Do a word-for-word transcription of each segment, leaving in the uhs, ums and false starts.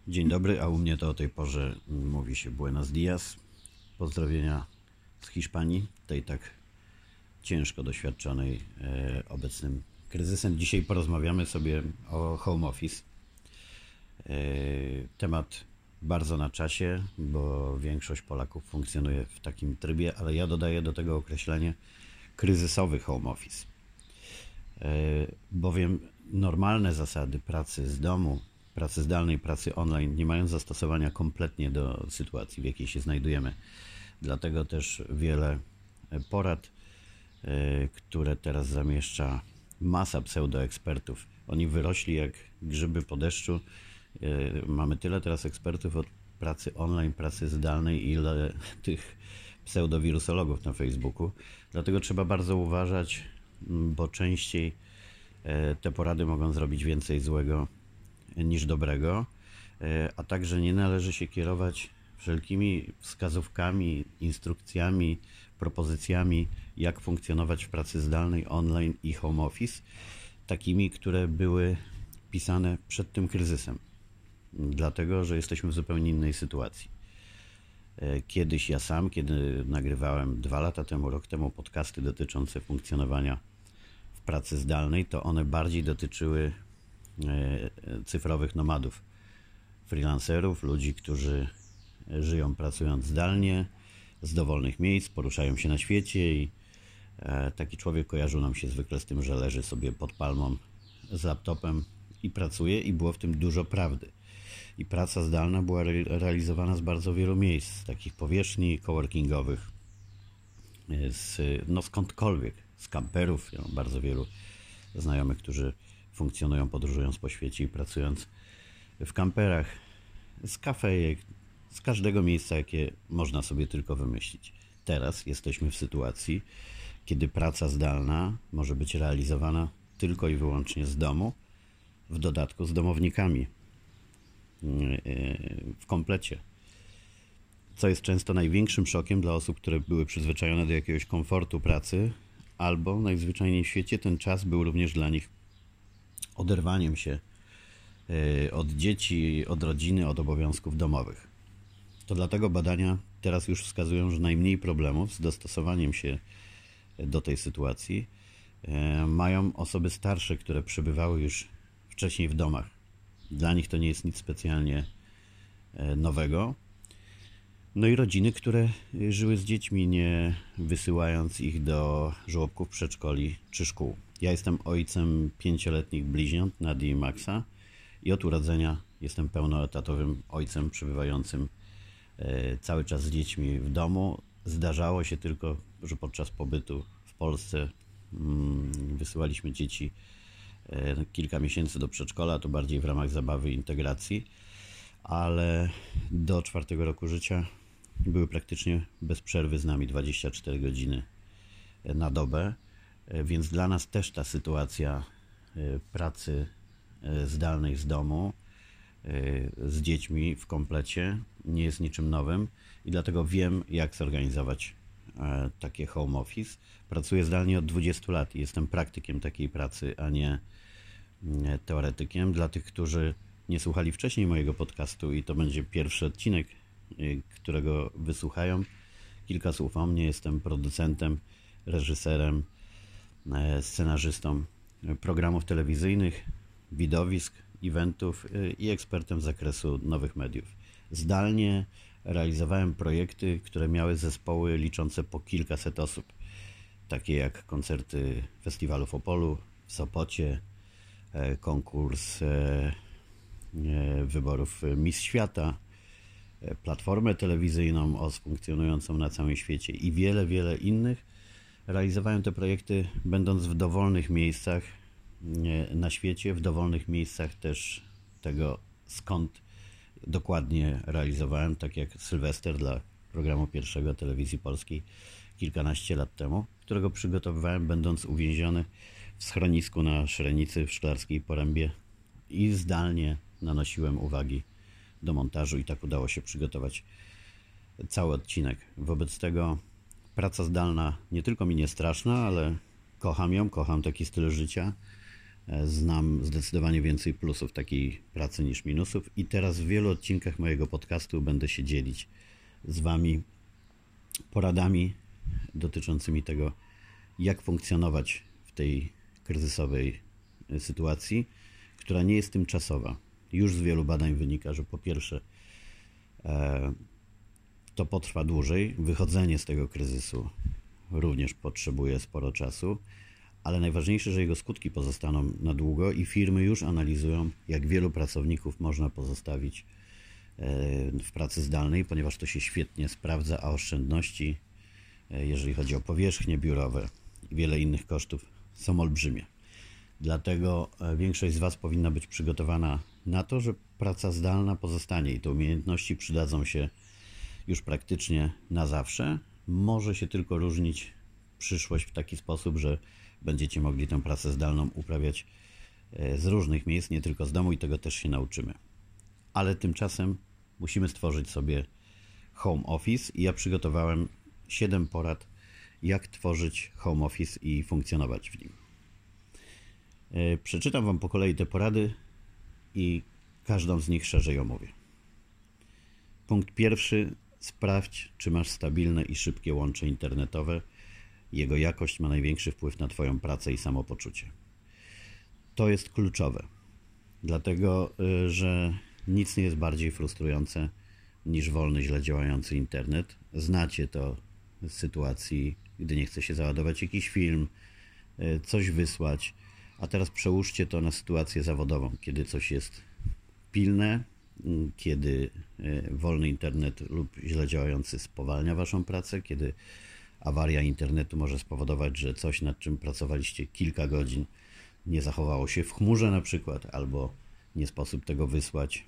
Dzień dobry, a u mnie to o tej porze mówi się Buenos dias. Pozdrowienia z Hiszpanii, tej tak ciężko doświadczonej e, obecnym kryzysem. Dzisiaj porozmawiamy sobie o home office. E, temat bardzo na czasie, bo większość Polaków funkcjonuje w takim trybie, ale ja dodaję do tego określenie kryzysowy home office. E, bowiem normalne zasady pracy z domu, pracy zdalnej, pracy online nie mają zastosowania kompletnie do sytuacji, w jakiej się znajdujemy. Dlatego też wiele porad, które teraz zamieszcza masa pseudoekspertów. Oni wyrośli jak grzyby po deszczu. Mamy tyle teraz ekspertów od pracy online, pracy zdalnej, ile tych pseudowirusologów na Facebooku. Dlatego trzeba bardzo uważać, bo częściej te porady mogą zrobić więcej złego niż dobrego, a także nie należy się kierować wszelkimi wskazówkami, instrukcjami, propozycjami, jak funkcjonować w pracy zdalnej, online i home office, takimi, które były pisane przed tym kryzysem, dlatego że jesteśmy w zupełnie innej sytuacji. Kiedyś ja sam, kiedy nagrywałem dwa lata temu, rok temu podcasty dotyczące funkcjonowania w pracy zdalnej, to one bardziej dotyczyły cyfrowych nomadów, freelancerów, ludzi, którzy żyją pracując zdalnie, z dowolnych miejsc, poruszają się na świecie i taki człowiek kojarzył nam się zwykle z tym, że leży sobie pod palmą z laptopem i pracuje, i było w tym dużo prawdy. I praca zdalna była re- realizowana z bardzo wielu miejsc, z takich powierzchni coworkingowych, z, no skądkolwiek, z kamperów. Ja mam bardzo wielu znajomych, którzy funkcjonują podróżując po świecie i pracując w kamperach, z kafejek, z każdego miejsca, jakie można sobie tylko wymyślić. Teraz jesteśmy w sytuacji, kiedy praca zdalna może być realizowana tylko i wyłącznie z domu, w dodatku z domownikami w komplecie. Co jest często największym szokiem dla osób, które były przyzwyczajone do jakiegoś komfortu pracy, albo najzwyczajniej w świecie ten czas był również dla nich oderwaniem się od dzieci, od rodziny, od obowiązków domowych. To dlatego badania teraz już wskazują, że najmniej problemów z dostosowaniem się do tej sytuacji mają osoby starsze, które przebywały już wcześniej w domach. Dla nich to nie jest nic specjalnie nowego. No i rodziny, które żyły z dziećmi, nie wysyłając ich do żłobków, przedszkoli czy szkół. Ja jestem ojcem pięcioletnich bliźniąt, Nadii i Maxa, i od urodzenia jestem pełnoetatowym ojcem przebywającym cały czas z dziećmi w domu. Zdarzało się tylko, że podczas pobytu w Polsce wysyłaliśmy dzieci kilka miesięcy do przedszkola, to bardziej w ramach zabawy i integracji, ale do czwartego roku życia były praktycznie bez przerwy z nami dwadzieścia cztery godziny na dobę, więc dla nas też ta sytuacja pracy zdalnej z domu z dziećmi w komplecie nie jest niczym nowym i dlatego wiem, jak zorganizować takie home office. Pracuję zdalnie od dwudziestu lat i jestem praktykiem takiej pracy, a nie teoretykiem. Dla tych, którzy nie słuchali wcześniej mojego podcastu i to będzie pierwszy odcinek, którego wysłuchają, kilka słów o mnie. Jestem producentem, reżyserem, scenarzystą programów telewizyjnych, widowisk, eventów i ekspertem z zakresu nowych mediów. Zdalnie realizowałem projekty, które miały zespoły liczące po kilkaset osób, takie jak koncerty festiwalu w Opolu, w Sopocie, konkurs wyborów Miss Świata, platformę telewizyjną funkcjonującą na całym świecie i wiele, wiele innych. Realizowałem te projekty będąc w dowolnych miejscach na świecie, w dowolnych miejscach też tego, skąd dokładnie realizowałem, tak jak Sylwester dla programu pierwszego Telewizji Polskiej kilkanaście lat temu, którego przygotowywałem będąc uwięziony w schronisku na Szrenicy w Szklarskiej Porębie i zdalnie nanosiłem uwagi do montażu i tak udało się przygotować cały odcinek. Wobec tego praca zdalna nie tylko mi nie straszna, ale kocham ją, kocham taki styl życia. Znam zdecydowanie więcej plusów takiej pracy niż minusów i teraz w wielu odcinkach mojego podcastu będę się dzielić z Wami poradami dotyczącymi tego, jak funkcjonować w tej kryzysowej sytuacji, która nie jest tymczasowa. Już z wielu badań wynika, że po pierwsze to potrwa dłużej, wychodzenie z tego kryzysu również potrzebuje sporo czasu, ale najważniejsze, że jego skutki pozostaną na długo i firmy już analizują, jak wielu pracowników można pozostawić w pracy zdalnej, ponieważ to się świetnie sprawdza, a oszczędności, jeżeli chodzi o powierzchnie biurowe i wiele innych kosztów, są olbrzymie. Dlatego większość z Was powinna być przygotowana na to, że praca zdalna pozostanie i te umiejętności przydadzą się już praktycznie na zawsze. Może się tylko różnić przyszłość w taki sposób, że będziecie mogli tę pracę zdalną uprawiać z różnych miejsc, nie tylko z domu i tego też się nauczymy. Ale tymczasem musimy stworzyć sobie home office i ja przygotowałem siedem porad, jak tworzyć home office i funkcjonować w nim. Przeczytam Wam po kolei te porady i każdą z nich szerzej omówię. Punkt pierwszy. Sprawdź, czy masz stabilne i szybkie łącze internetowe. Jego jakość ma największy wpływ na Twoją pracę i samopoczucie. To jest kluczowe, dlatego że nic nie jest bardziej frustrujące niż wolny, źle działający internet. Znacie to z sytuacji, gdy nie chce się załadować jakiś film, coś wysłać, a teraz przełóżcie to na sytuację zawodową, kiedy coś jest pilne, kiedy wolny internet lub źle działający spowalnia Waszą pracę, kiedy awaria internetu może spowodować, że coś, nad czym pracowaliście kilka godzin, nie zachowało się w chmurze na przykład, albo nie sposób tego wysłać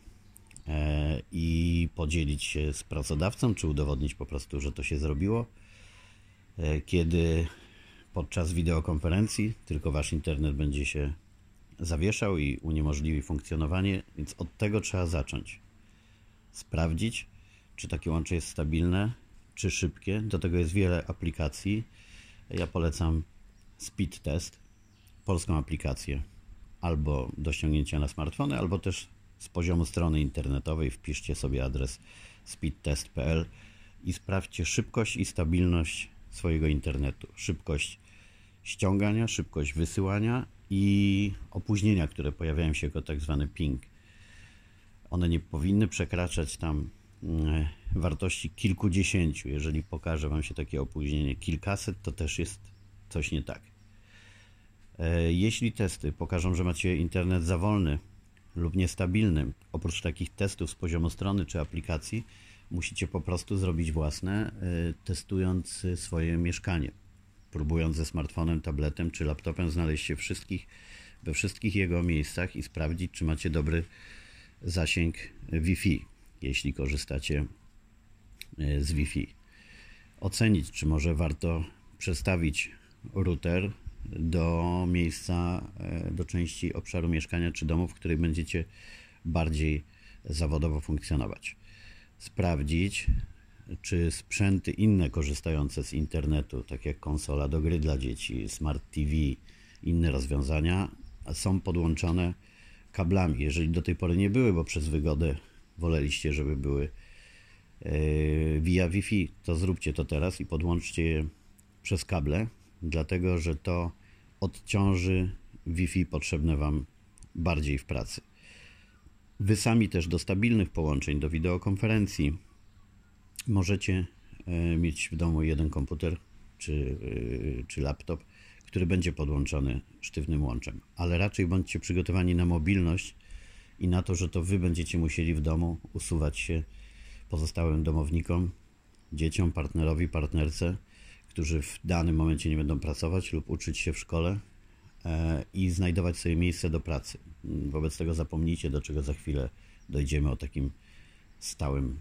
i podzielić się z pracodawcą, czy udowodnić po prostu, że to się zrobiło. Kiedy podczas wideokonferencji tylko Wasz internet będzie się zawieszał i uniemożliwi funkcjonowanie, więc od tego trzeba zacząć. Sprawdzić, czy takie łącze jest stabilne, czy szybkie. Do tego jest wiele aplikacji. Ja polecam Speed Test, polską aplikację, albo do ściągnięcia na smartfony, albo też z poziomu strony internetowej. Wpiszcie sobie adres speedtest kropka p l i sprawdźcie szybkość i stabilność swojego internetu. Szybkość ściągania, szybkość wysyłania i opóźnienia, które pojawiają się jako tak zwany ping. One nie powinny przekraczać tam wartości kilkudziesięciu. Jeżeli pokaże Wam się takie opóźnienie kilkaset, to też jest coś nie tak. Jeśli testy pokażą, że macie internet za wolny lub niestabilny, oprócz takich testów z poziomu strony czy aplikacji, musicie po prostu zrobić własne, testując swoje mieszkanie. Próbując ze smartfonem, tabletem czy laptopem znaleźć się wszystkich, we wszystkich jego miejscach i sprawdzić, czy macie dobry zasięg Wi-Fi, jeśli korzystacie z Wi-Fi. Ocenić, czy może warto przestawić router do miejsca, do części obszaru mieszkania czy domu, w której będziecie bardziej zawodowo funkcjonować. Sprawdzić, czy sprzęty inne korzystające z internetu, tak jak konsola do gry dla dzieci, Smart T V, inne rozwiązania, są podłączone kablami. Jeżeli do tej pory nie były, bo przez wygodę woleliście, żeby były via Wi-Fi, to zróbcie to teraz i podłączcie je przez kable, dlatego że to odciąży Wi-Fi potrzebne Wam bardziej w pracy. Wy sami też do stabilnych połączeń, do wideokonferencji możecie mieć w domu jeden komputer czy, czy laptop, który będzie podłączony sztywnym łączem, ale raczej bądźcie przygotowani na mobilność i na to, że to Wy będziecie musieli w domu usuwać się pozostałym domownikom, dzieciom, partnerowi, partnerce, którzy w danym momencie nie będą pracować lub uczyć się w szkole i znajdować sobie miejsce do pracy. Wobec tego zapomnijcie, do czego za chwilę dojdziemy, o takim stałym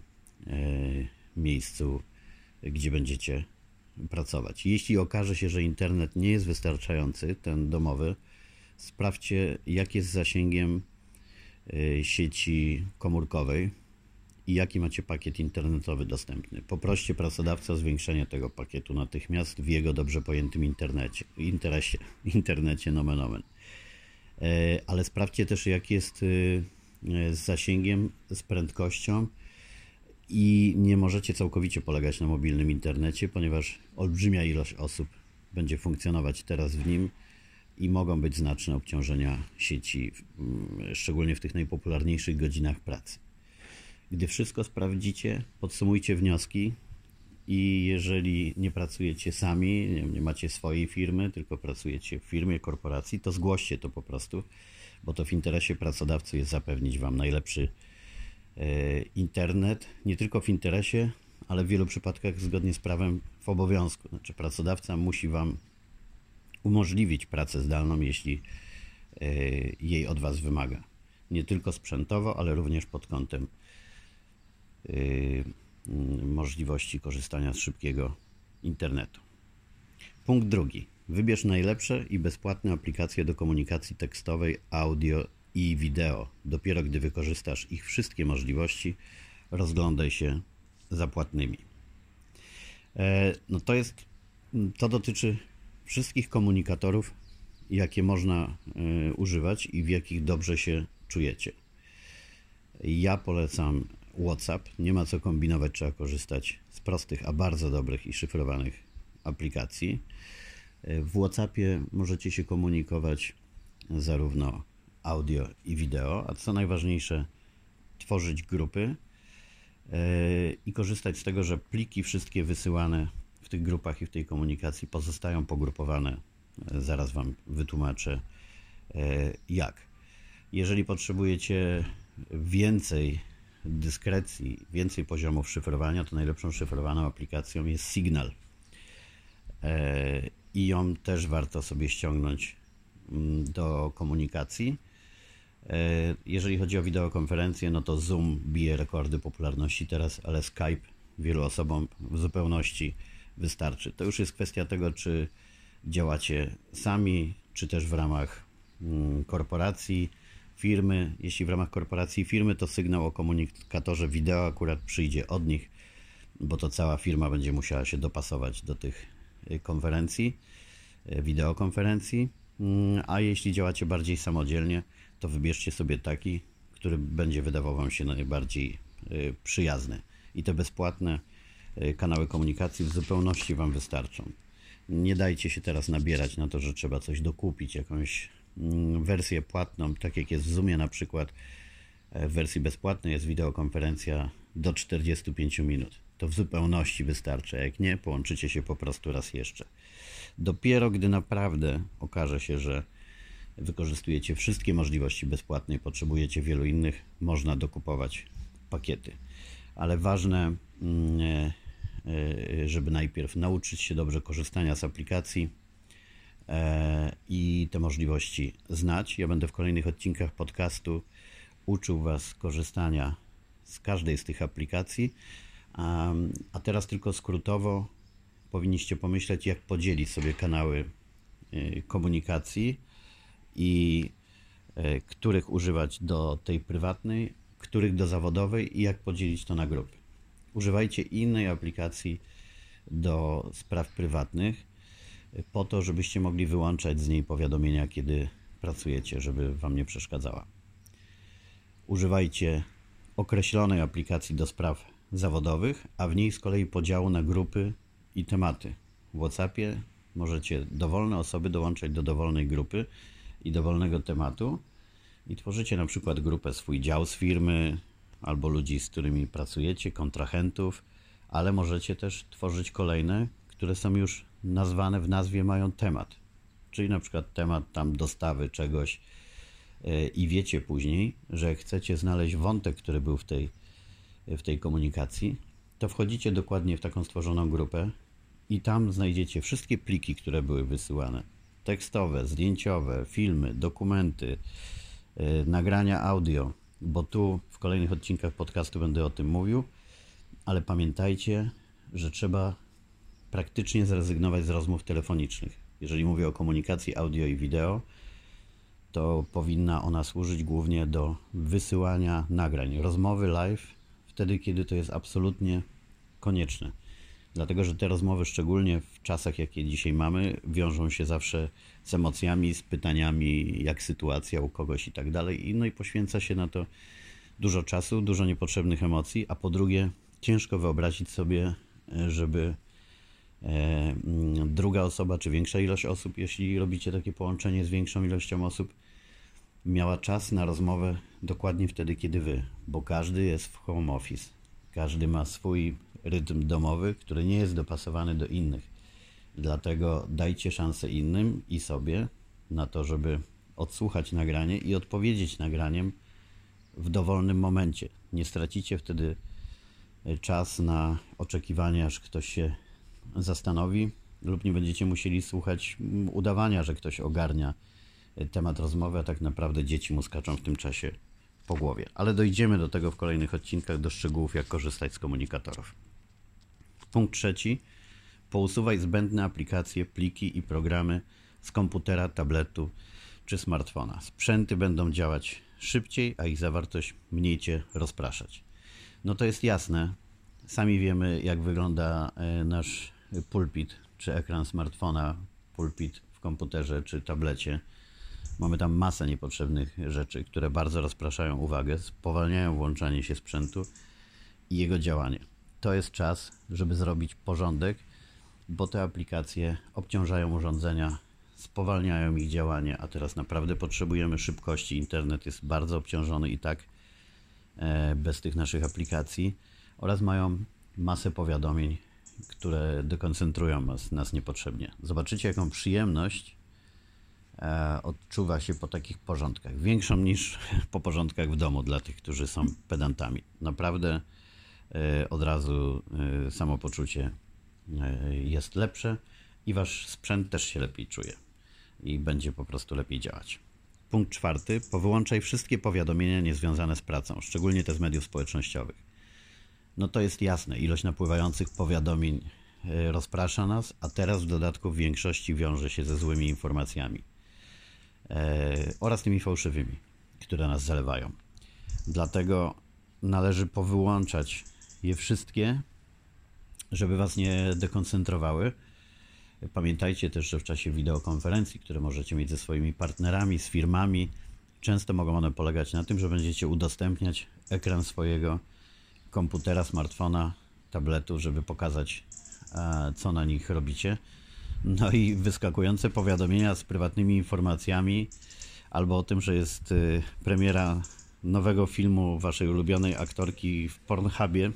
miejscu, gdzie będziecie pracować. Jeśli okaże się, że internet nie jest wystarczający, ten domowy, sprawdźcie, jak jest z zasięgiem sieci komórkowej i jaki macie pakiet internetowy dostępny. Poproście pracodawcę o zwiększenie tego pakietu natychmiast w jego dobrze pojętym internecie, interesie, internecie nomen omen. ale sprawdźcie też, jak jest z zasięgiem, z prędkością i nie możecie całkowicie polegać na mobilnym internecie, ponieważ olbrzymia ilość osób będzie funkcjonować teraz w nim i mogą być znaczne obciążenia sieci, szczególnie w tych najpopularniejszych godzinach pracy. Gdy wszystko sprawdzicie, podsumujcie wnioski i jeżeli nie pracujecie sami, nie macie swojej firmy, tylko pracujecie w firmie, korporacji, to zgłoście to po prostu, bo to w interesie pracodawcy jest zapewnić Wam najlepszy internet, nie tylko w interesie, ale w wielu przypadkach zgodnie z prawem w obowiązku. Znaczy pracodawca musi Wam umożliwić pracę zdalną, jeśli jej od Was wymaga. Nie tylko sprzętowo, ale również pod kątem możliwości korzystania z szybkiego internetu. Punkt drugi. Wybierz najlepsze i bezpłatne aplikacje do komunikacji tekstowej, audio i wideo. Dopiero gdy wykorzystasz ich wszystkie możliwości, rozglądaj się za płatnymi. No to jest, to dotyczy wszystkich komunikatorów, jakie można używać i w jakich dobrze się czujecie. Ja polecam WhatsApp. Nie ma co kombinować, trzeba korzystać z prostych, a bardzo dobrych i szyfrowanych aplikacji. W WhatsAppie możecie się komunikować zarówno audio i wideo, a co najważniejsze, tworzyć grupy i korzystać z tego, że pliki wszystkie wysyłane w tych grupach i w tej komunikacji pozostają pogrupowane. Zaraz Wam wytłumaczę jak. Jeżeli potrzebujecie więcej dyskrecji, więcej poziomów szyfrowania, to najlepszą szyfrowaną aplikacją jest Signal. I ją też warto sobie ściągnąć do komunikacji. Jeżeli chodzi o wideokonferencję, no to Zoom bije rekordy popularności teraz, ale Skype wielu osobom w zupełności wystarczy. To już jest kwestia tego, czy działacie sami, czy też w ramach korporacji, firmy. Jeśli w ramach korporacji firmy, to sygnał o komunikatorze wideo akurat przyjdzie od nich, bo to cała firma będzie musiała się dopasować do tych konferencji, wideokonferencji. A jeśli działacie bardziej samodzielnie, to wybierzcie sobie taki, który będzie wydawał Wam się najbardziej przyjazny. I te bezpłatne kanały komunikacji w zupełności Wam wystarczą. Nie dajcie się teraz nabierać na to, że trzeba coś dokupić, jakąś wersję płatną, tak jak jest w Zoomie na przykład. W wersji bezpłatnej jest wideokonferencja do czterdziestu pięciu minut. To w zupełności wystarczy, a jak nie, połączycie się po prostu raz jeszcze. Dopiero gdy naprawdę okaże się, że wykorzystujecie wszystkie możliwości bezpłatne i potrzebujecie wielu innych, można dokupować pakiety. Ale ważne, żeby najpierw nauczyć się dobrze korzystania z aplikacji i te możliwości znać. Ja będę w kolejnych odcinkach podcastu uczył Was korzystania z każdej z tych aplikacji, a teraz tylko skrótowo powinniście pomyśleć, jak podzielić sobie kanały komunikacji i których używać do tej prywatnej, których do zawodowej i jak podzielić to na grupy. Używajcie innej aplikacji do spraw prywatnych po to, żebyście mogli wyłączać z niej powiadomienia, kiedy pracujecie, żeby Wam nie przeszkadzała. Używajcie określonej aplikacji do spraw zawodowych, a w niej z kolei podziału na grupy i tematy. W WhatsAppie możecie dowolne osoby dołączać do dowolnej grupy i dowolnego tematu i tworzycie na przykład grupę, swój dział z firmy albo ludzi, z którymi pracujecie, kontrahentów, ale możecie też tworzyć kolejne, które są już nazwane, w nazwie mają temat, czyli na przykład temat tam dostawy czegoś i wiecie później, że jak chcecie znaleźć wątek, który był w tej, w tej komunikacji, to wchodzicie dokładnie w taką stworzoną grupę i tam znajdziecie wszystkie pliki, które były wysyłane. Tekstowe, zdjęciowe, filmy, dokumenty, yy, nagrania audio, bo tu w kolejnych odcinkach podcastu będę o tym mówił, ale pamiętajcie, że trzeba praktycznie zrezygnować z rozmów telefonicznych. Jeżeli mówię o komunikacji audio i wideo, to powinna ona służyć głównie do wysyłania nagrań, rozmowy live, wtedy kiedy to jest absolutnie konieczne. Dlatego, że te rozmowy, szczególnie w czasach, jakie dzisiaj mamy, wiążą się zawsze z emocjami, z pytaniami, jak sytuacja u kogoś i tak dalej. No i poświęca się na to dużo czasu, dużo niepotrzebnych emocji, a po drugie, ciężko wyobrazić sobie, żeby druga osoba, czy większa ilość osób, jeśli robicie takie połączenie z większą ilością osób, miała czas na rozmowę dokładnie wtedy, kiedy wy, bo każdy jest w home office. Każdy ma swój rytm domowy, który nie jest dopasowany do innych. Dlatego dajcie szansę innym i sobie na to, żeby odsłuchać nagranie i odpowiedzieć nagraniem w dowolnym momencie. Nie stracicie wtedy czas na oczekiwanie, aż ktoś się zastanowi, lub nie będziecie musieli słuchać udawania, że ktoś ogarnia temat rozmowy, a tak naprawdę dzieci mu skaczą w tym czasie po głowie. Ale dojdziemy do tego w kolejnych odcinkach, do szczegółów, jak korzystać z komunikatorów. Punkt trzeci. Pousuwaj zbędne aplikacje, pliki i programy z komputera, tabletu czy smartfona. Sprzęty będą działać szybciej, a ich zawartość mniej cię rozpraszać. No to jest jasne. Sami wiemy, jak wygląda nasz pulpit, czy ekran smartfona, pulpit w komputerze, czy tablecie. Mamy tam masę niepotrzebnych rzeczy, które bardzo rozpraszają uwagę, spowalniają włączanie się sprzętu i jego działanie. To jest czas, żeby zrobić porządek, bo te aplikacje obciążają urządzenia, spowalniają ich działanie, a teraz naprawdę potrzebujemy szybkości. Internet jest bardzo obciążony i tak bez tych naszych aplikacji, oraz mają masę powiadomień, które dekoncentrują nas, nas niepotrzebnie. Zobaczycie, jaką przyjemność e, odczuwa się po takich porządkach. Większą niż po porządkach w domu dla tych, którzy są pedantami. Naprawdę e, od razu e, samopoczucie e, jest lepsze i wasz sprzęt też się lepiej czuje i będzie po prostu lepiej działać. Punkt czwarty. Powyłączaj wszystkie powiadomienia niezwiązane z pracą, szczególnie te z mediów społecznościowych. No to jest jasne, ilość napływających powiadomień rozprasza nas, a teraz w dodatku w większości wiąże się ze złymi informacjami e, oraz tymi fałszywymi, które nas zalewają. Dlatego należy powyłączać je wszystkie, żeby was nie dekoncentrowały. Pamiętajcie też, że w czasie wideokonferencji, które możecie mieć ze swoimi partnerami, z firmami, często mogą one polegać na tym, że będziecie udostępniać ekran swojego komputera, smartfona, tabletu, żeby pokazać, co na nich robicie. No i wyskakujące powiadomienia z prywatnymi informacjami albo o tym, że jest premiera nowego filmu waszej ulubionej aktorki w Pornhubie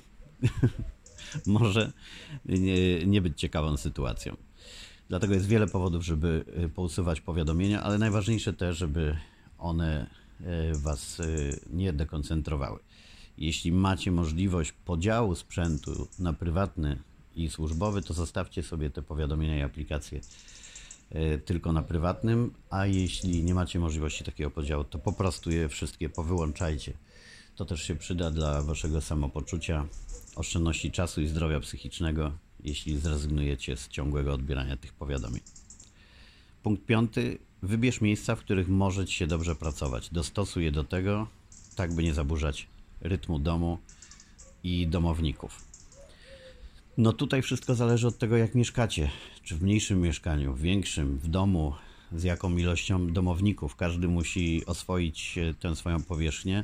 może nie, nie być ciekawą sytuacją. Dlatego jest wiele powodów, żeby pousuwać powiadomienia, ale najważniejsze też, żeby one was nie dekoncentrowały. Jeśli macie możliwość podziału sprzętu na prywatny i służbowy, to zostawcie sobie te powiadomienia i aplikacje tylko na prywatnym, a jeśli nie macie możliwości takiego podziału, to po prostu je wszystkie powyłączajcie. To też się przyda dla waszego samopoczucia, oszczędności czasu i zdrowia psychicznego, jeśli zrezygnujecie z ciągłego odbierania tych powiadomień. Punkt piąty. Wybierz miejsca, w których możecie się dobrze pracować. Dostosuj je do tego, tak by nie zaburzać rytmu domu i domowników. No tutaj wszystko zależy od tego, jak mieszkacie. Czy w mniejszym mieszkaniu, w większym, w domu, z jaką ilością domowników. Każdy musi oswoić tę swoją powierzchnię.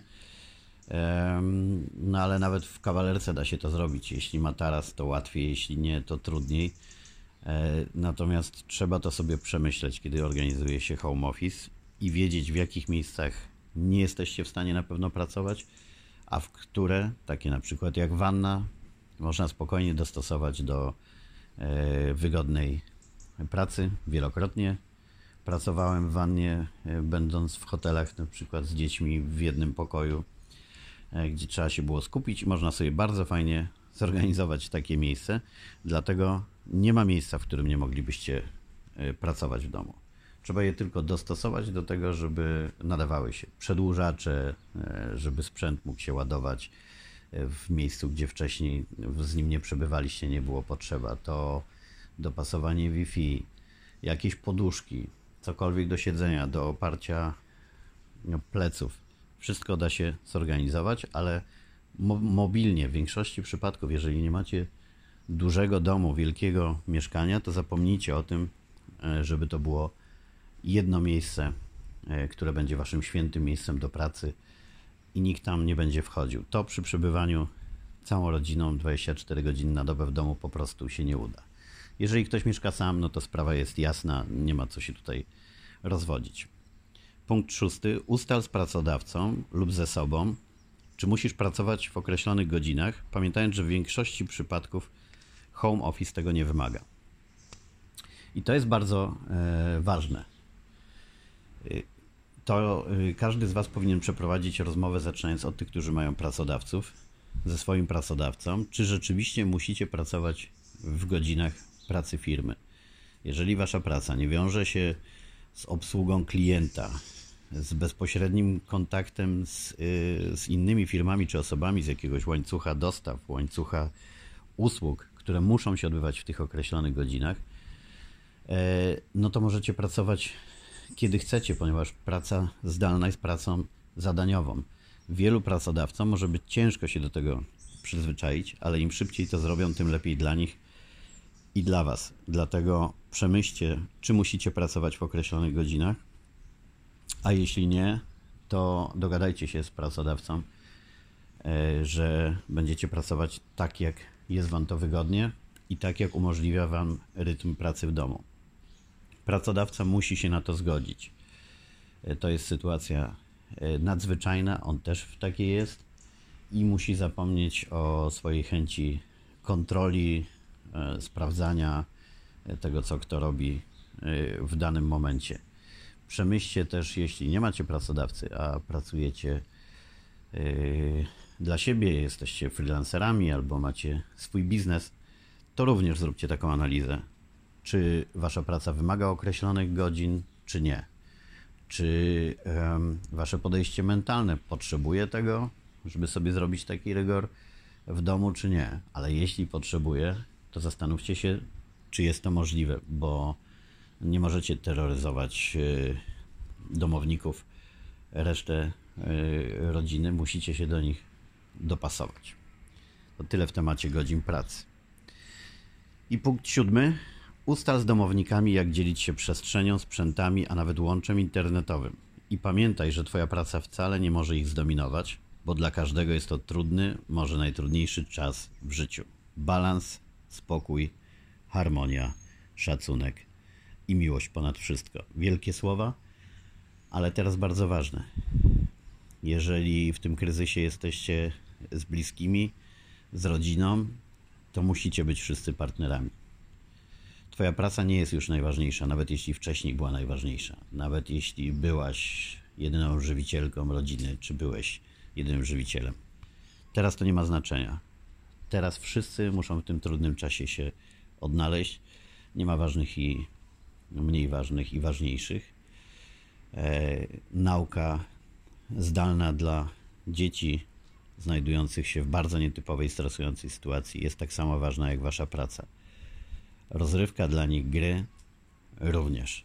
No ale nawet w kawalerce da się to zrobić. Jeśli ma taras, to łatwiej, jeśli nie, to trudniej. Natomiast trzeba to sobie przemyśleć, kiedy organizuje się home office i wiedzieć, w jakich miejscach nie jesteście w stanie na pewno pracować, a w które, takie na przykład jak wanna, można spokojnie dostosować do e, wygodnej pracy. Wielokrotnie pracowałem w wannie, e, będąc w hotelach, na przykład z dziećmi w jednym pokoju, e, gdzie trzeba się było skupić i można sobie bardzo fajnie zorganizować takie miejsce. Dlatego nie ma miejsca, w którym nie moglibyście e, pracować w domu. Trzeba je tylko dostosować do tego, żeby nadawały się przedłużacze, żeby sprzęt mógł się ładować w miejscu, gdzie wcześniej z nim nie przebywaliście, nie było potrzeba. To dopasowanie Wi-Fi, jakieś poduszki, cokolwiek do siedzenia, do oparcia pleców. Wszystko da się zorganizować, ale mo- mobilnie w większości przypadków, jeżeli nie macie dużego domu, wielkiego mieszkania, to zapomnijcie o tym, żeby to było jedno miejsce, które będzie waszym świętym miejscem do pracy i nikt tam nie będzie wchodził. To przy przebywaniu całą rodziną dwadzieścia cztery godziny na dobę w domu po prostu się nie uda. Jeżeli ktoś mieszka sam, no to sprawa jest jasna, nie ma co się tutaj rozwodzić. Punkt szósty. Ustal z pracodawcą lub ze sobą, czy musisz pracować w określonych godzinach, pamiętając, że w większości przypadków home office tego nie wymaga. I to jest bardzo e, ważne. To e, każdy z Was powinien przeprowadzić rozmowę, zaczynając od tych, którzy mają pracodawców, ze swoim pracodawcą, czy rzeczywiście musicie pracować w godzinach pracy firmy. Jeżeli Wasza praca nie wiąże się z obsługą klienta, z bezpośrednim kontaktem z, y, z innymi firmami czy osobami z jakiegoś łańcucha dostaw, łańcucha usług, które muszą się odbywać w tych określonych godzinach, e, no to możecie pracować kiedy chcecie, ponieważ praca zdalna jest pracą zadaniową. Wielu pracodawcom może być ciężko się do tego przyzwyczaić, ale im szybciej to zrobią, tym lepiej dla nich i dla Was. Dlatego przemyślcie, czy musicie pracować w określonych godzinach, a jeśli nie, to dogadajcie się z pracodawcą, że będziecie pracować tak, jak jest Wam to wygodnie i tak, jak umożliwia Wam rytm pracy w domu. Pracodawca musi się na to zgodzić. To jest sytuacja nadzwyczajna, on też w takiej jest i musi zapomnieć o swojej chęci kontroli, sprawdzania tego, co kto robi w danym momencie. Przemyślcie też, jeśli nie macie pracodawcy, a pracujecie dla siebie, jesteście freelancerami albo macie swój biznes, to również zróbcie taką analizę. Czy Wasza praca wymaga określonych godzin, czy nie? Czy um, Wasze podejście mentalne potrzebuje tego, żeby sobie zrobić taki rygor w domu, czy nie? Ale jeśli potrzebuje, to zastanówcie się, czy jest to możliwe, bo nie możecie terroryzować y, domowników, resztę y, rodziny, musicie się do nich dopasować. To tyle w temacie godzin pracy. I punkt siódmy. Ustal z domownikami, jak dzielić się przestrzenią, sprzętami, a nawet łączem internetowym. I pamiętaj, że Twoja praca wcale nie może ich zdominować, bo dla każdego jest to trudny, może najtrudniejszy czas w życiu. Balans, spokój, harmonia, szacunek i miłość ponad wszystko. Wielkie słowa, ale teraz bardzo ważne. Jeżeli w tym kryzysie jesteście z bliskimi, z rodziną, to musicie być wszyscy partnerami. Twoja praca nie jest już najważniejsza, nawet jeśli wcześniej była najważniejsza. Nawet jeśli byłaś jedyną żywicielką rodziny, czy byłeś jedynym żywicielem. Teraz to nie ma znaczenia. Teraz wszyscy muszą w tym trudnym czasie się odnaleźć. Nie ma ważnych i mniej ważnych i ważniejszych. E, nauka zdalna dla dzieci znajdujących się w bardzo nietypowej, stresującej sytuacji jest tak samo ważna jak Wasza praca. Rozrywka dla nich, gry również.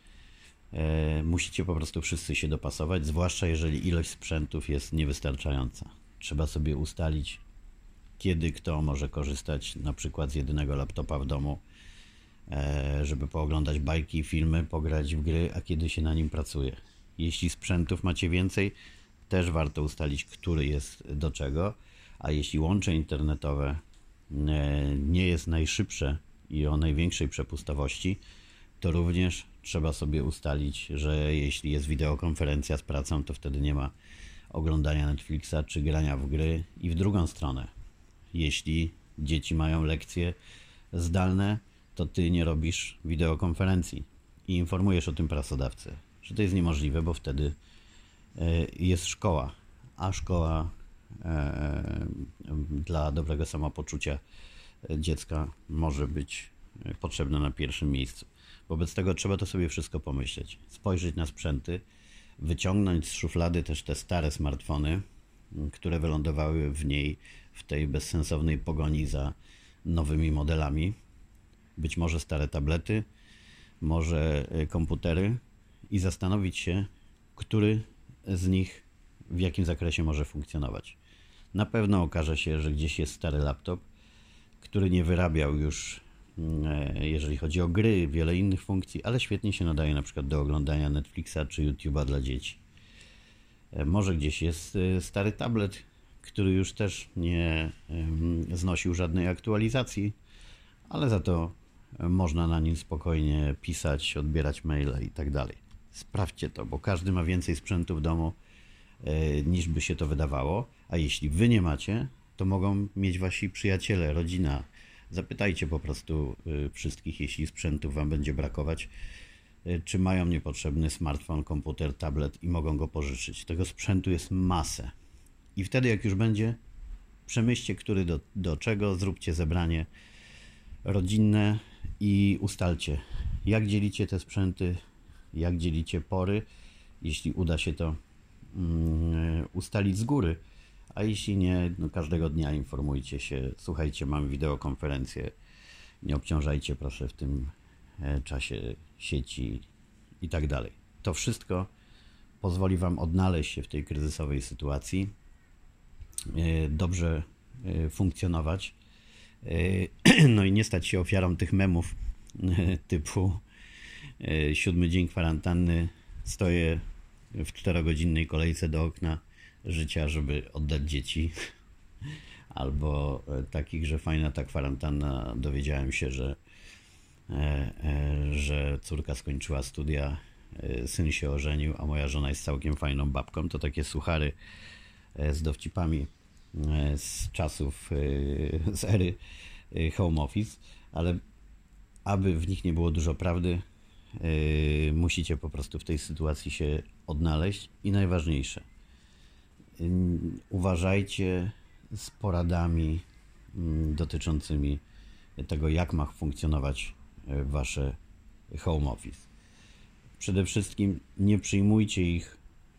E, musicie po prostu wszyscy się dopasować, zwłaszcza jeżeli ilość sprzętów jest niewystarczająca. Trzeba sobie ustalić, kiedy kto może korzystać na przykład z jedynego laptopa w domu, e, żeby pooglądać bajki, filmy, pograć w gry, a kiedy się na nim pracuje. Jeśli sprzętów macie więcej, też warto ustalić, który jest do czego, a jeśli łącze internetowe e, nie jest najszybsze i o największej przepustowości, to również trzeba sobie ustalić, że jeśli jest wideokonferencja z pracą, to wtedy nie ma oglądania Netflixa czy grania w gry. I w drugą stronę, jeśli dzieci mają lekcje zdalne, to ty nie robisz wideokonferencji i informujesz o tym pracodawcę, że to jest niemożliwe, bo wtedy jest szkoła, a szkoła dla dobrego samopoczucia dziecka może być potrzebna na pierwszym miejscu. Wobec tego trzeba to sobie wszystko pomyśleć, spojrzeć na sprzęty, wyciągnąć z szuflady też te stare smartfony, które wylądowały w niej w tej bezsensownej pogoni za nowymi modelami, być może stare tablety, może komputery i zastanowić się, który z nich w jakim zakresie może funkcjonować. Na pewno okaże się, że gdzieś jest stary laptop, który nie wyrabiał już, jeżeli chodzi o gry, wiele innych funkcji, ale świetnie się nadaje na przykład do oglądania Netflixa czy YouTube'a dla dzieci. Może gdzieś jest stary tablet, który już też nie znosił żadnej aktualizacji, ale za to można na nim spokojnie pisać, odbierać maile i tak dalej. Sprawdźcie to, bo każdy ma więcej sprzętu w domu niż by się to wydawało, a jeśli wy nie macie, to mogą mieć wasi przyjaciele, rodzina. Zapytajcie po prostu wszystkich, jeśli sprzętów wam będzie brakować, czy mają niepotrzebny smartfon, komputer, tablet i mogą go pożyczyć. Tego sprzętu jest masę. I wtedy jak już będzie, przemyślcie, który do, do czego, zróbcie zebranie rodzinne i ustalcie, jak dzielicie te sprzęty, jak dzielicie pory, jeśli uda się to um, ustalić z góry, a jeśli nie, no każdego dnia informujcie się, słuchajcie, mam wideokonferencję, nie obciążajcie proszę w tym czasie sieci i tak dalej. To wszystko pozwoli wam odnaleźć się w tej kryzysowej sytuacji, dobrze funkcjonować, no i nie stać się ofiarą tych memów typu siódmy dzień kwarantanny, stoję w czterogodzinnej kolejce do okna życia, żeby oddać dzieci, albo takich, że fajna ta kwarantanna, dowiedziałem się, że że córka skończyła studia, syn się ożenił, a moja żona jest całkiem fajną babką. To takie suchary z dowcipami z czasów, z ery home office, ale aby w nich nie było dużo prawdy, musicie po prostu w tej sytuacji się odnaleźć i najważniejsze, uważajcie z poradami dotyczącymi tego, jak ma funkcjonować wasze home office. Przede wszystkim nie przyjmujcie ich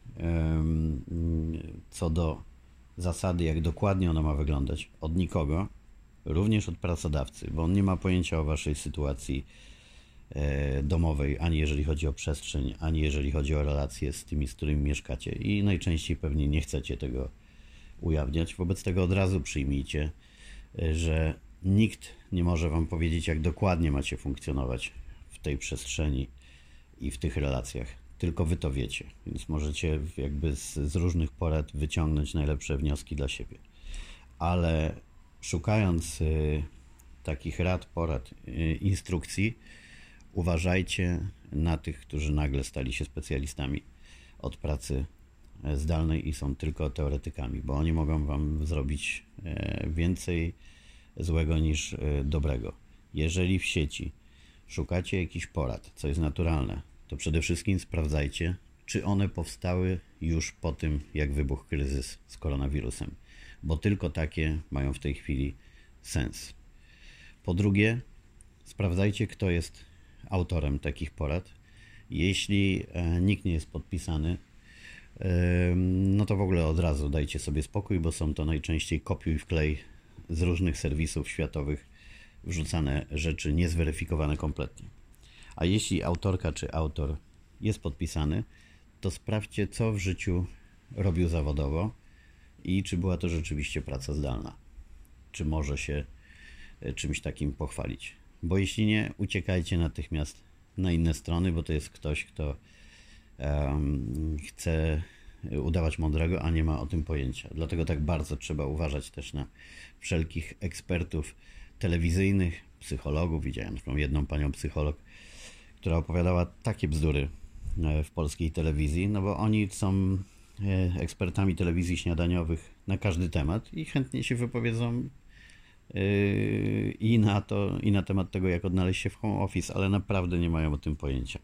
co do zasady, jak dokładnie ona ma wyglądać, od nikogo, również od pracodawcy, bo on nie ma pojęcia o waszej sytuacji domowej, ani jeżeli chodzi o przestrzeń, ani jeżeli chodzi o relacje z tymi, z którymi mieszkacie i najczęściej pewnie nie chcecie tego ujawniać. Wobec tego od razu przyjmijcie, że nikt nie może wam powiedzieć, jak dokładnie macie funkcjonować w tej przestrzeni i w tych relacjach. Tylko wy to wiecie, więc możecie jakby z, z różnych porad wyciągnąć najlepsze wnioski dla siebie. Ale szukając y, takich rad, porad, y, instrukcji, uważajcie na tych, którzy nagle stali się specjalistami od pracy zdalnej i są tylko teoretykami, bo oni mogą wam zrobić y, więcej złego niż dobrego. Jeżeli w sieci szukacie jakichś porad, co jest naturalne, to przede wszystkim sprawdzajcie, czy one powstały już po tym, jak wybuchł kryzys z koronawirusem, bo tylko takie mają w tej chwili sens. Po drugie, sprawdzajcie, kto jest autorem takich porad. Jeśli nikt nie jest podpisany, no to w ogóle od razu dajcie sobie spokój, bo są to najczęściej kopiuj wklej z różnych serwisów światowych wrzucane rzeczy niezweryfikowane kompletnie. A jeśli autorka czy autor jest podpisany, to sprawdźcie, co w życiu robił zawodowo i czy była to rzeczywiście praca zdalna. Czy może się czymś takim pochwalić. Bo jeśli nie, uciekajcie natychmiast na inne strony, bo to jest ktoś, kto um, chce udawać mądrego, a nie ma o tym pojęcia. Dlatego tak bardzo trzeba uważać też na wszelkich ekspertów telewizyjnych, psychologów. Widziałem taką jedną panią psycholog, która opowiadała takie bzdury w polskiej telewizji, no bo oni są ekspertami telewizji śniadaniowych na każdy temat i chętnie się wypowiedzą i na to, i na temat tego, jak odnaleźć się w home office, ale naprawdę nie mają o tym pojęcia.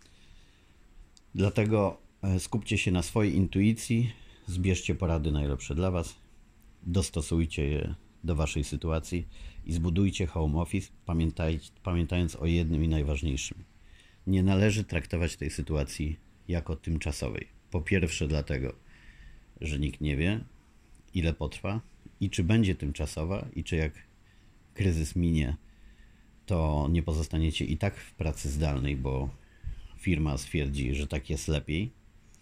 Dlatego skupcie się na swojej intuicji, zbierzcie porady najlepsze dla was, dostosujcie je do waszej sytuacji i zbudujcie home office, pamiętaj, pamiętając o jednym i najważniejszym. Nie należy traktować tej sytuacji jako tymczasowej. Po pierwsze dlatego, że nikt nie wie, ile potrwa i czy będzie tymczasowa i czy jak kryzys minie, to nie pozostaniecie i tak w pracy zdalnej, bo firma stwierdzi, że tak jest lepiej.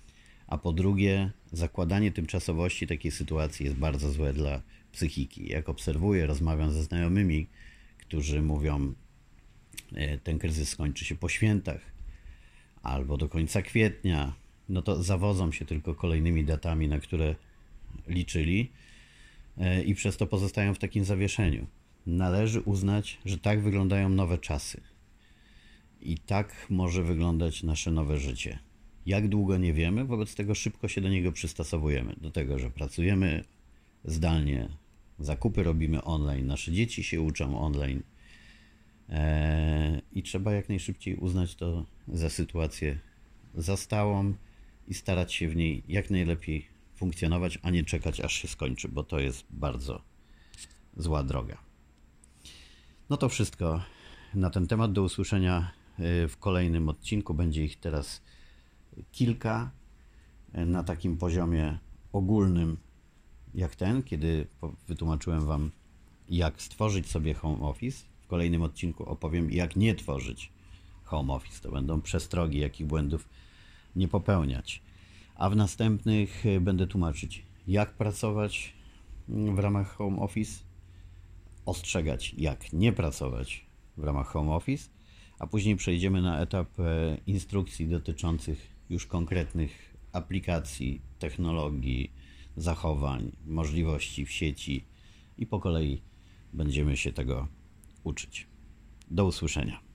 a po drugie, zakładanie tymczasowości takiej sytuacji jest bardzo złe dla psychiki. Jak obserwuję, rozmawiam ze znajomymi, którzy mówią, ten kryzys skończy się po świętach albo do końca kwietnia, no to zawodzą się tylko kolejnymi datami, na które liczyli i przez to pozostają w takim zawieszeniu. Należy uznać, że tak wyglądają nowe czasy i tak może wyglądać nasze nowe życie. Jak długo nie wiemy, wobec tego szybko się do niego przystosowujemy. Do tego, że pracujemy zdalnie, zakupy robimy online, nasze dzieci się uczą online eee, i trzeba jak najszybciej uznać to za sytuację zastałą i starać się w niej jak najlepiej funkcjonować, a nie czekać, aż się skończy, bo to jest bardzo zła droga. No to wszystko na ten temat. Do usłyszenia w kolejnym odcinku. Będzie ich teraz kilka na takim poziomie ogólnym jak ten, kiedy wytłumaczyłem Wam, jak stworzyć sobie home office. W kolejnym odcinku opowiem, jak nie tworzyć home office. To będą przestrogi, jakich błędów nie popełniać. A w następnych będę tłumaczyć, jak pracować w ramach home office, ostrzegać, jak nie pracować w ramach home office, a później przejdziemy na etap instrukcji dotyczących już konkretnych aplikacji, technologii, zachowań, możliwości w sieci i po kolei będziemy się tego uczyć. Do usłyszenia.